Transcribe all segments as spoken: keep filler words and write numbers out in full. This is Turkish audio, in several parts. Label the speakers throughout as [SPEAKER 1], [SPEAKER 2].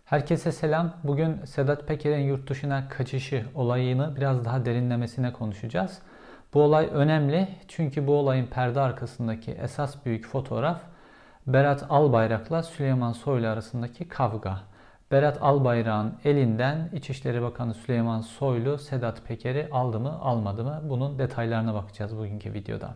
[SPEAKER 1] Herkese selam. Bugün Sedat Peker'in yurt dışına kaçışı olayını biraz daha derinlemesine konuşacağız. Bu olay önemli çünkü bu olayın perde arkasındaki esas büyük fotoğraf Berat Albayrak'la Süleyman Soylu arasındaki kavga. Berat Albayrak'ın elinden İçişleri Bakanı Süleyman Soylu Sedat Peker'i aldı mı almadı mı bunun detaylarına bakacağız bugünkü videoda.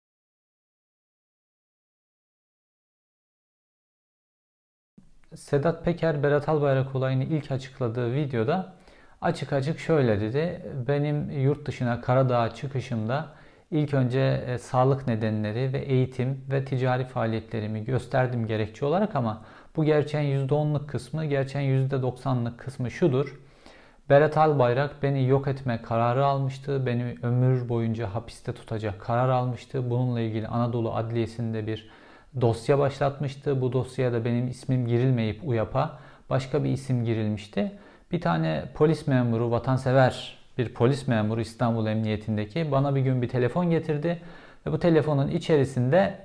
[SPEAKER 1] Sedat Peker, Berat Albayrak olayını ilk açıkladığı videoda açık açık şöyle dedi. Benim yurt dışına Karadağ'a çıkışımda ilk önce e, sağlık nedenleri ve eğitim ve ticari faaliyetlerimi gösterdim gerekçe olarak ama bu gerçeğin yüzde onluk kısmı, gerçeğin yüzde doksanlık kısmı şudur. Berat Albayrak beni yok etme kararı almıştı. Beni ömür boyunca hapiste tutacak karar almıştı. Bununla ilgili Anadolu Adliyesi'nde bir dosya başlatmıştı. Bu dosyaya da benim ismim girilmeyip UYAP'a başka bir isim girilmişti. Bir tane polis memuru, vatansever bir polis memuru İstanbul Emniyetindeki bana bir gün bir telefon getirdi. Ve bu telefonun içerisinde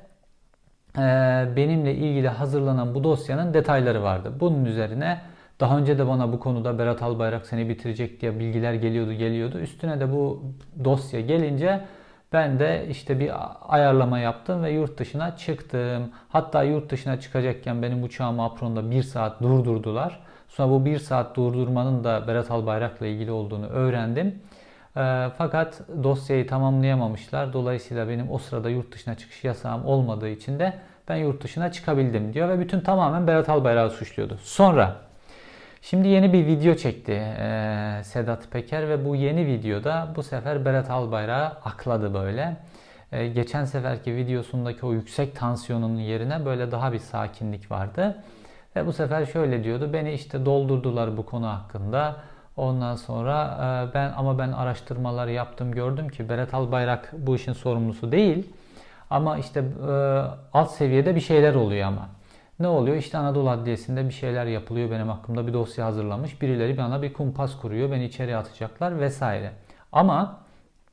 [SPEAKER 1] e, benimle ilgili hazırlanan bu dosyanın detayları vardı. Bunun üzerine daha önce de bana bu konuda Berat Albayrak seni bitirecek diye bilgiler geliyordu geliyordu. Üstüne de bu dosya gelince ben de işte bir ayarlama yaptım ve yurt dışına çıktım. Hatta yurt dışına çıkacakken benim uçağımı apronda bir saat durdurdular. Sonra bu bir saat durdurmanın da Berat Albayrak'la ilgili olduğunu öğrendim. E, fakat dosyayı tamamlayamamışlar. Dolayısıyla benim o sırada yurt dışına çıkış yasağım olmadığı için de ben yurt dışına çıkabildim diyor. Ve bütün tamamen Berat Albayrak'ı suçluyordu. Sonra şimdi yeni bir video çekti e, Sedat Peker ve bu yeni videoda bu sefer Berat Albayrak'ı akladı böyle. E, geçen seferki videosundaki o yüksek tansiyonun yerine böyle daha bir sakinlik vardı. Ve bu sefer şöyle diyordu, beni işte doldurdular bu konu hakkında. Ondan sonra e, ben ama ben araştırmalar yaptım, gördüm ki Berat Albayrak bu işin sorumlusu değil. Ama işte e, alt seviyede bir şeyler oluyor ama. Ne oluyor? İşte Anadolu Adliyesi'nde bir şeyler yapılıyor benim hakkımda. Bir dosya hazırlamış. Birileri bana bir kumpas kuruyor. Beni içeriye atacaklar vesaire. Ama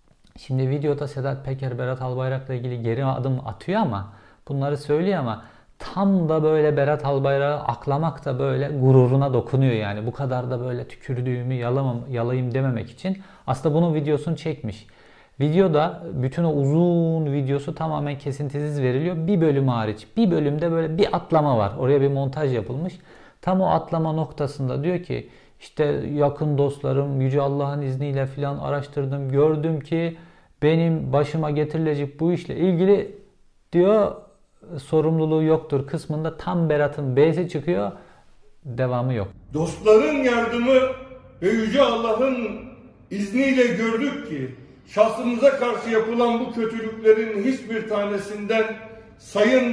[SPEAKER 1] şimdi videoda Sedat Peker Berat Albayrak'la ilgili geri adım atıyor ama bunları söylüyor ama tam da böyle Berat Albayrak'ı aklamak da böyle gururuna dokunuyor yani. Bu kadar da böyle tükürdüğümü yalamam, yalayayım dememek için aslında bunun videosunu çekmiş. Videoda bütün o uzun videosu tamamen kesintisiz veriliyor. Bir bölüm hariç. Bir bölümde böyle bir atlama var. Oraya bir montaj yapılmış. Tam o atlama noktasında diyor ki işte yakın dostlarım Yüce Allah'ın izniyle filan araştırdım. Gördüm ki benim başıma getirilecek bu işle ilgili diyor sorumluluğu yoktur kısmında tam Berat'ın B'si çıkıyor. Devamı yok.
[SPEAKER 2] Dostların yardımı ve Yüce Allah'ın izniyle gördük ki şahsımıza karşı yapılan bu kötülüklerin hiçbir tanesinden sayın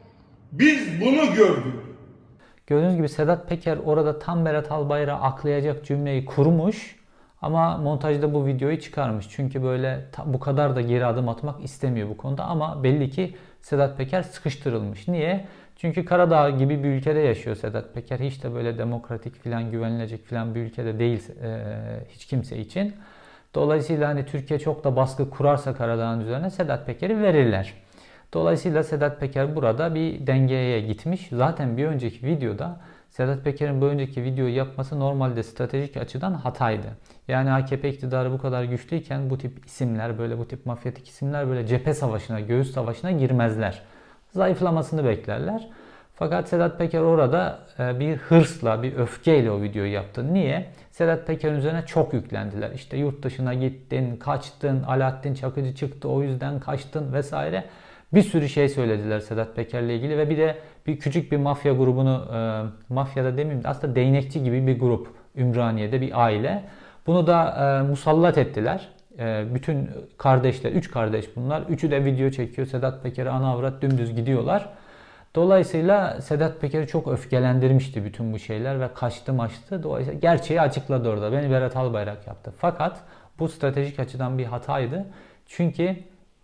[SPEAKER 2] biz bunu gördük.
[SPEAKER 1] Gördüğünüz gibi Sedat Peker orada tam Berat Albayrak'ı aklayacak cümleyi kurmuş ama montajda bu videoyu çıkarmış. Çünkü böyle bu kadar da geri adım atmak istemiyor bu konuda ama belli ki Sedat Peker sıkıştırılmış. Niye? Çünkü Karadağ gibi bir ülkede yaşıyor Sedat Peker. Hiç de böyle demokratik filan güvenilecek filan bir ülkede değil e, hiç kimse için. Dolayısıyla hani Türkiye çok da baskı kurarsa Karadağ'ın üzerine Sedat Peker'i verirler. Dolayısıyla Sedat Peker burada bir dengeye gitmiş. Zaten bir önceki videoda Sedat Peker'in bu önceki videoyu yapması normalde stratejik açıdan hataydı. Yani A K P iktidarı bu kadar güçlüyken bu tip isimler, böyle bu tip mafyatik isimler böyle cephe savaşına, göğüs savaşına girmezler. Zayıflamasını beklerler. Fakat Sedat Peker orada bir hırsla, bir öfkeyle o videoyu yaptı. Niye? Sedat Peker'in üzerine çok yüklendiler. İşte yurt dışına gittin, kaçtın, Alaaddin Çakıcı çıktı o yüzden kaçtın vesaire. Bir sürü şey söylediler Sedat Peker'le ilgili ve bir de bir küçük bir mafya grubunu, e, mafyada demeyeyim de aslında değnekçi gibi bir grup, Ümraniye'de bir aile. Bunu da e, musallat ettiler. E, bütün kardeşler, üç kardeş bunlar. Üçü de video çekiyor. Sedat Peker'e ana avrat dümdüz gidiyorlar. Dolayısıyla Sedat Peker'i çok öfkelendirmişti bütün bu şeyler ve kaçtı maçtı. Dolayısıyla gerçeği açıkladı orada. Beni Berat Albayrak yaptı. Fakat bu stratejik açıdan bir hataydı. Çünkü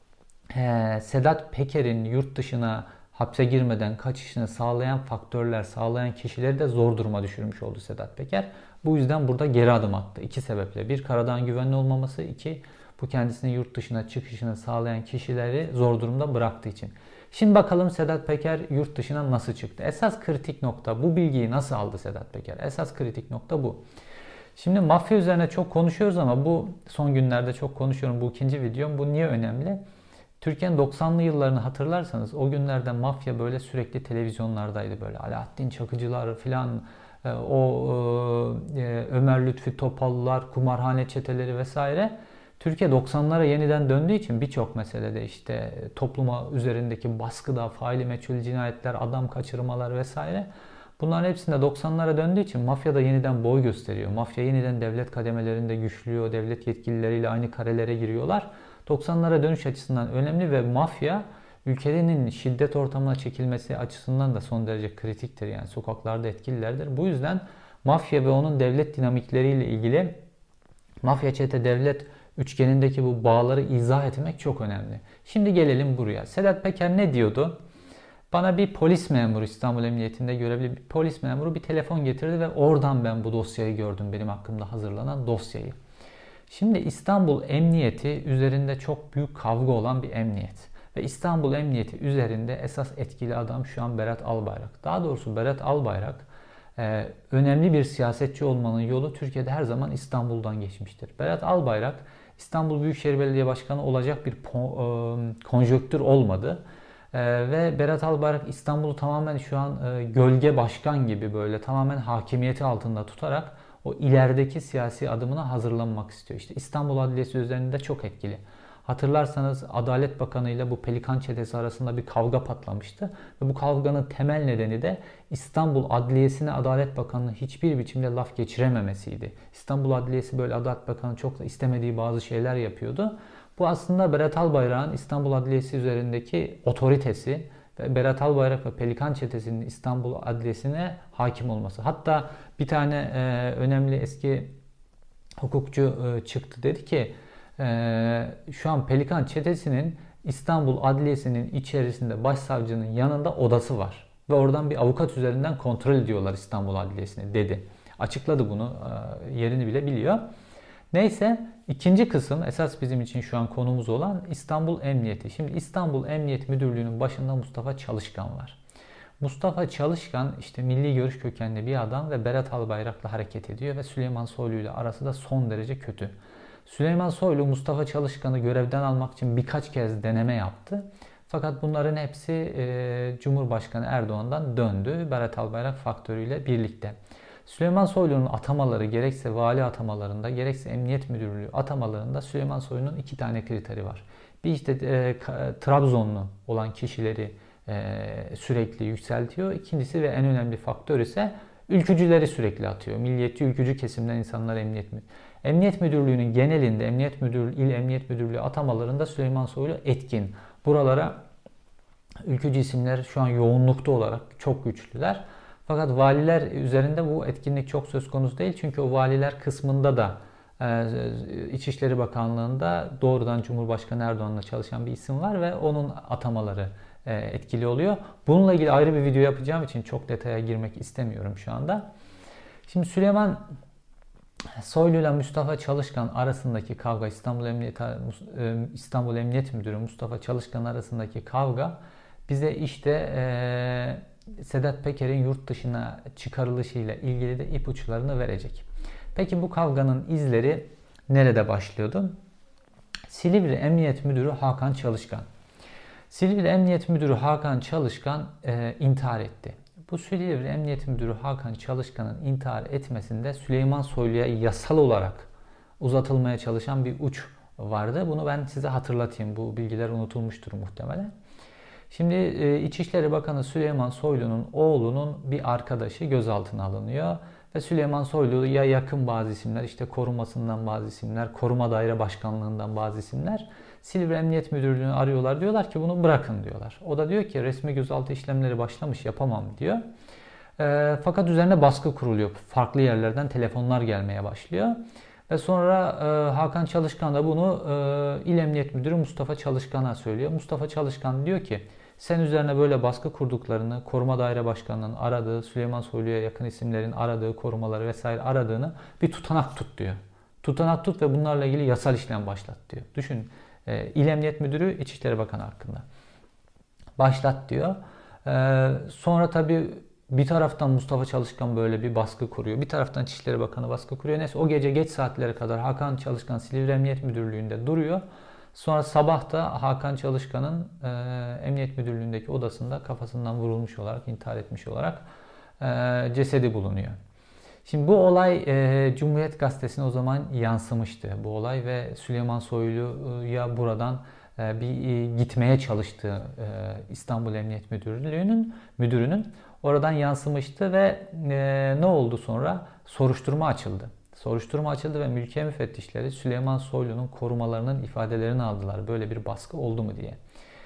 [SPEAKER 1] Ee, Sedat Peker'in yurt dışına hapse girmeden kaçışını sağlayan faktörler, sağlayan kişileri de zor duruma düşürmüş oldu Sedat Peker. Bu yüzden burada geri adım attı. İki sebeple. Bir, Karadağ'ın güvenli olmaması. İki, bu kendisinin yurt dışına çıkışını sağlayan kişileri zor durumda bıraktığı için. Şimdi bakalım Sedat Peker yurt dışına nasıl çıktı? Esas kritik nokta, bu bilgiyi nasıl aldı Sedat Peker? Esas kritik nokta bu. Şimdi mafya üzerine çok konuşuyoruz ama bu son günlerde çok konuşuyorum. Bu ikinci videom. Bu niye önemli? Türkiye'nin doksanlı yıllarını hatırlarsanız o günlerde mafya böyle sürekli televizyonlardaydı, böyle Alaaddin Çakıcılar filan, o Ömer Lütfi Topallılar, kumarhane çeteleri vesaire. Türkiye doksanlara yeniden döndüğü için birçok meselede işte topluma üzerindeki baskıda, faili meçhul cinayetler, adam kaçırmalar vesaire, bunların hepsinde doksanlara döndüğü için mafya da yeniden boy gösteriyor. Mafya yeniden devlet kademelerinde güçlüyor, devlet yetkilileriyle aynı karelere giriyorlar. doksanlara dönüş açısından önemli ve mafya ülkenin şiddet ortamına çekilmesi açısından da son derece kritiktir. Yani sokaklarda etkililerdir. Bu yüzden mafya ve onun devlet dinamikleriyle ilgili mafya çete devlet üçgenindeki bu bağları izah etmek çok önemli. Şimdi gelelim buraya. Sedat Peker ne diyordu? Bana bir polis memuru, İstanbul Emniyetinde görevli bir polis memuru bir telefon getirdi ve oradan ben bu dosyayı gördüm. Benim hakkımda hazırlanan dosyayı. Şimdi İstanbul Emniyeti üzerinde çok büyük kavga olan bir emniyet. Ve İstanbul Emniyeti üzerinde esas etkili adam şu an Berat Albayrak. Daha doğrusu Berat Albayrak e, önemli bir siyasetçi olmanın yolu Türkiye'de her zaman İstanbul'dan geçmiştir. Berat Albayrak İstanbul Büyükşehir Belediye Başkanı olacak bir konjonktür olmadı. E, ve Berat Albayrak İstanbul'u tamamen şu an e, gölge başkan gibi böyle tamamen hakimiyeti altında tutarak o ilerideki siyasi adımına hazırlanmak istiyor. İşte İstanbul Adliyesi üzerinde çok etkili. Hatırlarsanız Adalet Bakanı ile bu Pelikan çetesi arasında bir kavga patlamıştı. Ve bu kavganın temel nedeni de İstanbul Adliyesi'ne Adalet Bakanı'nın hiçbir biçimde laf geçirememesiydi. İstanbul Adliyesi böyle Adalet Bakanı çok da istemediği bazı şeyler yapıyordu. Bu aslında Berat Albayrak'ın İstanbul Adliyesi üzerindeki otoritesi ve Berat Albayrak ve Pelikan çetesinin İstanbul Adliyesi'ne hakim olması. Hatta bir tane e, önemli eski hukukçu e, çıktı, dedi ki e, şu an Pelikan çetesinin İstanbul Adliyesi'nin içerisinde başsavcının yanında odası var. Ve oradan bir avukat üzerinden kontrol ediyorlar İstanbul Adliyesi'ni, dedi. Açıkladı bunu, e, yerini bile biliyor. Neyse, ikinci kısım esas bizim için şu an konumuz olan İstanbul Emniyeti. Şimdi İstanbul Emniyet Müdürlüğü'nün başında Mustafa Çalışkan var. Mustafa Çalışkan işte milli görüş kökenli bir adam ve Berat Albayrak'la hareket ediyor ve Süleyman Soylu ile arası da son derece kötü. Süleyman Soylu Mustafa Çalışkan'ı görevden almak için birkaç kez deneme yaptı. Fakat bunların hepsi e, Cumhurbaşkanı Erdoğan'dan döndü Berat Albayrak faktörüyle birlikte. Süleyman Soylu'nun atamaları gerekse vali atamalarında gerekse emniyet müdürlüğü atamalarında Süleyman Soylu'nun iki tane kriteri var. Bir işte e, Trabzonlu olan kişileri e, sürekli yükseltiyor. İkincisi ve en önemli faktör ise ülkücüleri sürekli atıyor. Milliyetçi ülkücü kesimden insanlar emniyet müdürlüğü. Emniyet müdürlüğünün genelinde emniyet müdürlüğü, il emniyet müdürlüğü atamalarında Süleyman Soylu etkin. Buralara ülkücü isimler şu an yoğunlukta olarak çok güçlüler. Fakat valiler üzerinde bu etkinlik çok söz konusu değil. Çünkü o valiler kısmında da İçişleri Bakanlığı'nda doğrudan Cumhurbaşkanı Erdoğan'la çalışan bir isim var ve onun atamaları etkili oluyor. Bununla ilgili ayrı bir video yapacağım için çok detaya girmek istemiyorum şu anda. Şimdi Süleyman Soylu ile Mustafa Çalışkan arasındaki kavga, İstanbul Emniyet, İstanbul Emniyet Müdürü Mustafa Çalışkan arasındaki kavga bize işte e, Sedat Peker'in yurt dışına çıkarılışıyla ilgili de ipuçlarını verecek. Peki bu kavganın izleri nerede başlıyordu? Silivri Emniyet Müdürü Hakan Çalışkan. Silivri Emniyet Müdürü Hakan Çalışkan e, intihar etti. Bu Silivri Emniyet Müdürü Hakan Çalışkan'ın intihar etmesinde Süleyman Soylu'ya yasal olarak uzatılmaya çalışan bir uç vardı. Bunu ben size hatırlatayım. Bu bilgiler unutulmuştur muhtemelen. Şimdi İçişleri Bakanı Süleyman Soylu'nun oğlunun bir arkadaşı gözaltına alınıyor. Ve Süleyman Soylu'ya yakın bazı isimler, işte korumasından bazı isimler, koruma daire başkanlığından bazı isimler Silivri Emniyet Müdürlüğü'nü arıyorlar. Diyorlar ki bunu bırakın diyorlar. O da diyor ki resmi gözaltı işlemleri başlamış, yapamam diyor. E, fakat üzerine baskı kuruluyor. Farklı yerlerden telefonlar gelmeye başlıyor. Ve sonra e, Hakan Çalışkan da bunu e, İl Emniyet Müdürü Mustafa Çalışkan'a söylüyor. Mustafa Çalışkan diyor ki sen üzerine böyle baskı kurduklarını, Koruma Daire Başkanı'nın aradığı, Süleyman Soylu'ya yakın isimlerin aradığı, korumaları vesaire aradığını bir tutanak tut diyor. Tutanak tut ve bunlarla ilgili yasal işlem başlat diyor. Düşün, e, İl Emniyet Müdürü İçişleri Bakanı hakkında. başlat diyor. Ee, sonra tabii bir taraftan Mustafa Çalışkan böyle bir baskı kuruyor. Bir taraftan İçişleri Bakanı baskı kuruyor. Neyse o gece geç saatlere kadar Hakan Çalışkan Silivri Emniyet Müdürlüğü'nde duruyor. Sonra sabah da Hakan Çalışkan'ın e, Emniyet Müdürlüğü'ndeki odasında kafasından vurulmuş olarak, intihar etmiş olarak e, cesedi bulunuyor. Şimdi bu olay e, Cumhuriyet Gazetesi'ne o zaman yansımıştı bu olay ve Süleyman Soylu'ya buradan e, bir e, gitmeye çalıştığı e, İstanbul Emniyet Müdürlüğü'nün müdürünün oradan yansımıştı ve e, ne oldu sonra? Soruşturma açıldı. Soruşturma açıldı ve mülkiye müfettişleri Süleyman Soylu'nun korumalarının ifadelerini aldılar. Böyle bir baskı oldu mu diye.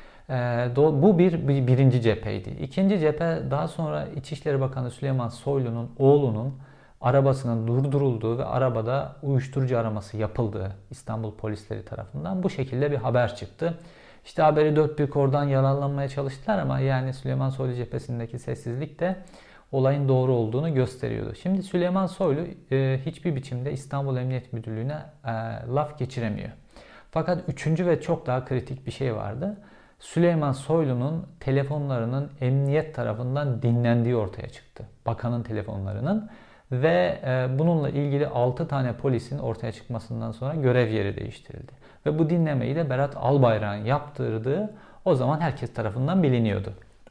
[SPEAKER 1] E, bu bir, bir birinci cepheydi. İkinci cephe daha sonra İçişleri Bakanı Süleyman Soylu'nun oğlunun arabasının durdurulduğu ve arabada uyuşturucu araması yapıldığı İstanbul polisleri tarafından bu şekilde bir haber çıktı. İşte haberi dört bir kordan yalanlanmaya çalıştılar ama yani Süleyman Soylu cephesindeki sessizlik de olayın doğru olduğunu gösteriyordu. Şimdi Süleyman Soylu e, hiçbir biçimde İstanbul Emniyet Müdürlüğü'ne e, laf geçiremiyor. Fakat üçüncü ve çok daha kritik bir şey vardı. Süleyman Soylu'nun telefonlarının emniyet tarafından dinlendiği ortaya çıktı. Bakanın telefonlarının ve e, bununla ilgili altı tane polisin ortaya çıkmasından sonra görev yeri değiştirildi. Ve bu dinlemeyi de Berat Albayrak'ın yaptırdığı o zaman herkes tarafından biliniyordu.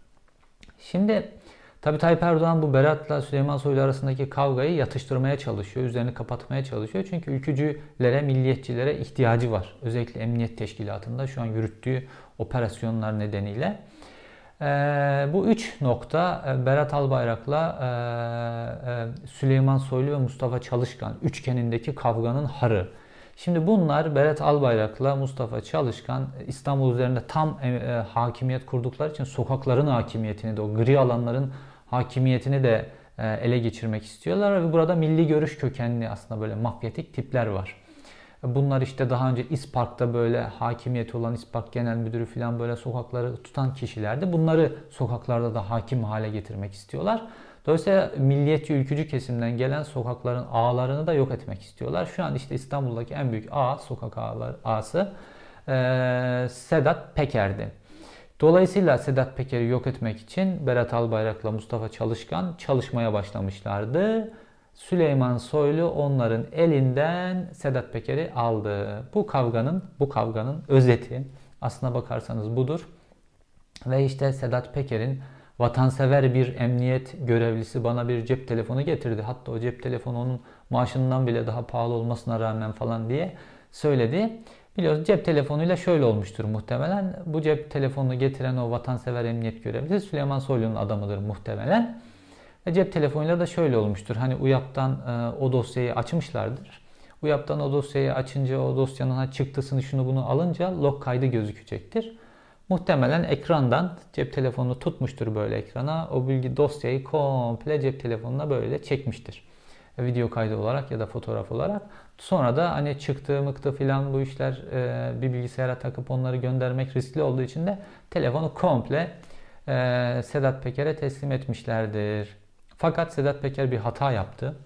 [SPEAKER 1] Şimdi tabii Tayyip Erdoğan bu Berat'la Süleyman Soylu arasındaki kavgayı yatıştırmaya çalışıyor, üzerini kapatmaya çalışıyor. Çünkü ülkücülere, milliyetçilere ihtiyacı var. Özellikle Emniyet Teşkilatı'nda şu an yürüttüğü operasyonlar nedeniyle. Ee, bu üç nokta Berat Albayrak'la e, e, Süleyman Soylu ve Mustafa Çalışkan üçgenindeki kavganın harı. Şimdi bunlar Berat Albayrak'la Mustafa Çalışkan İstanbul üzerinde tam e, e, hakimiyet kurdukları için sokakların hakimiyetini de o gri alanların hakimiyetini de e, ele geçirmek istiyorlar ve burada milli görüş kökenli aslında böyle mafyatik tipler var. Bunlar işte daha önce İspark'ta böyle hakimiyeti olan İspark Genel Müdürü falan böyle sokakları tutan kişilerdi. Bunları sokaklarda da hakim hale getirmek istiyorlar. Dolayısıyla milliyetçi ülkücü kesimden gelen sokakların ağlarını da yok etmek istiyorlar. Şu an işte İstanbul'daki en büyük ağ, sokak ağları, ağası e, Sedat Peker'di. Dolayısıyla Sedat Peker'i yok etmek için Berat Albayrak'la Mustafa Çalışkan çalışmaya başlamışlardı. Süleyman Soylu onların elinden Sedat Peker'i aldı. Bu kavganın, bu kavganın özeti aslına bakarsanız budur. Ve işte Sedat Peker'in vatansever bir emniyet görevlisi bana bir cep telefonu getirdi. Hatta o cep telefonu onun maaşından bile daha pahalı olmasına rağmen falan diye söyledi. Biliyorsunuz cep telefonuyla şöyle olmuştur muhtemelen. Bu cep telefonunu getiren o vatansever emniyet görevlisi Süleyman Soylu'nun adamıdır muhtemelen. Ve cep telefonuyla da şöyle olmuştur. Hani U Y A P'tan e, o dosyayı açmışlardır. U Y A P'tan o dosyayı açınca o dosyanın çıktısını şunu bunu alınca log kaydı gözükecektir. Muhtemelen ekrandan cep telefonunu tutmuştur böyle ekrana. O bilgi dosyayı komple cep telefonuna böyle çekmiştir. Video kaydı olarak ya da fotoğraf olarak. Sonra da hani çıktı mıktı filan bu işler e, bir bilgisayara takıp onları göndermek riskli olduğu için de telefonu komple e, Sedat Peker'e teslim etmişlerdir. Fakat Sedat Peker bir hata yaptı.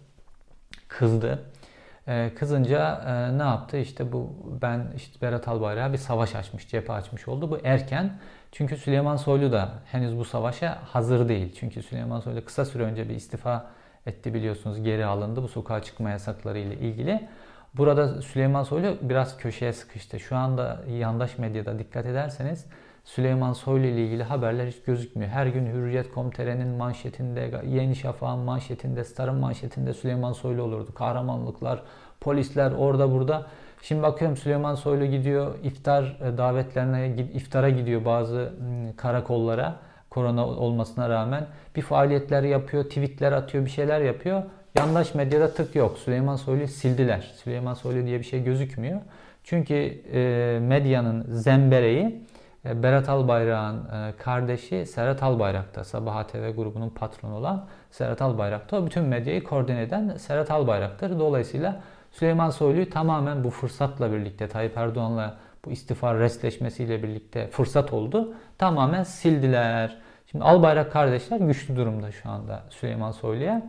[SPEAKER 1] Kızdı. Ee, kızınca e, ne yaptı? İşte bu ben işte Berat Albayrak'a bir savaş açmış, cephe açmış oldu. Bu erken. Çünkü Süleyman Soylu da henüz bu savaşa hazır değil. Çünkü Süleyman Soylu kısa süre önce bir istifa etti biliyorsunuz. Geri alındı bu sokağa çıkma yasakları ile ilgili. Burada Süleyman Soylu biraz köşeye sıkıştı. Şu anda yandaş medyada dikkat ederseniz Süleyman Soylu ile ilgili haberler hiç gözükmüyor. Her gün Hürriyet nokta com nokta tr'nin manşetinde, Yeni Şafak'ın manşetinde, Star'ın manşetinde Süleyman Soylu olurdu. Kahramanlıklar, polisler orada burada. Şimdi bakıyorum Süleyman Soylu gidiyor iftar davetlerine, iftara gidiyor bazı karakollara. Korona olmasına rağmen bir faaliyetler yapıyor, tweetler atıyor, bir şeyler yapıyor. Yandaş medyada tık yok. Süleyman Soylu'yu sildiler. Süleyman Soylu diye bir şey gözükmüyor. Çünkü e, medyanın zembereği Berat Albayrak'ın kardeşi Serhat Albayrak'ta, Sabah A T V grubunun patronu olan Serhat Albayrak'ta. O bütün medyayı koordine eden Serhat Albayrak'tır. Dolayısıyla Süleyman Soylu'yu tamamen bu fırsatla birlikte Tayyip Erdoğan'la bu istifa restleşmesiyle birlikte fırsat oldu. Tamamen sildiler. Şimdi Albayrak kardeşler güçlü durumda şu anda Süleyman Soylu'ya.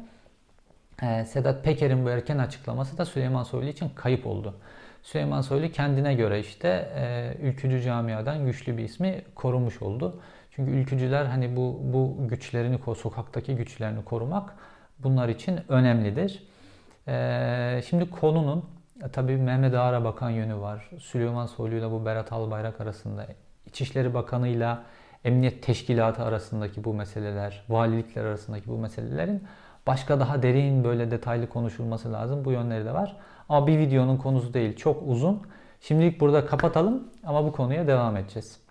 [SPEAKER 1] Sedat Peker'in bu erken açıklaması da Süleyman Soylu için kayıp oldu. Süleyman Soylu kendine göre işte e, ülkücü camiadan güçlü bir ismi korumuş oldu. Çünkü Çünkü ülkücüler hani bu bu güçlerini, sokaktaki güçlerini korumak bunlar için önemlidir. Ee, şimdi konunun tabii Mehmet Ağar'a bakan yönü var. Süleyman Soylu ile bu Berat Albayrak arasında, İçişleri Bakanı ile Emniyet Teşkilatı arasındaki bu meseleler, valilikler arasındaki bu meselelerin başka daha derin böyle detaylı konuşulması lazım. Bu yönleri de var. Ama bir videonun konusu değil, çok uzun. Şimdilik burada kapatalım ama bu konuya devam edeceğiz.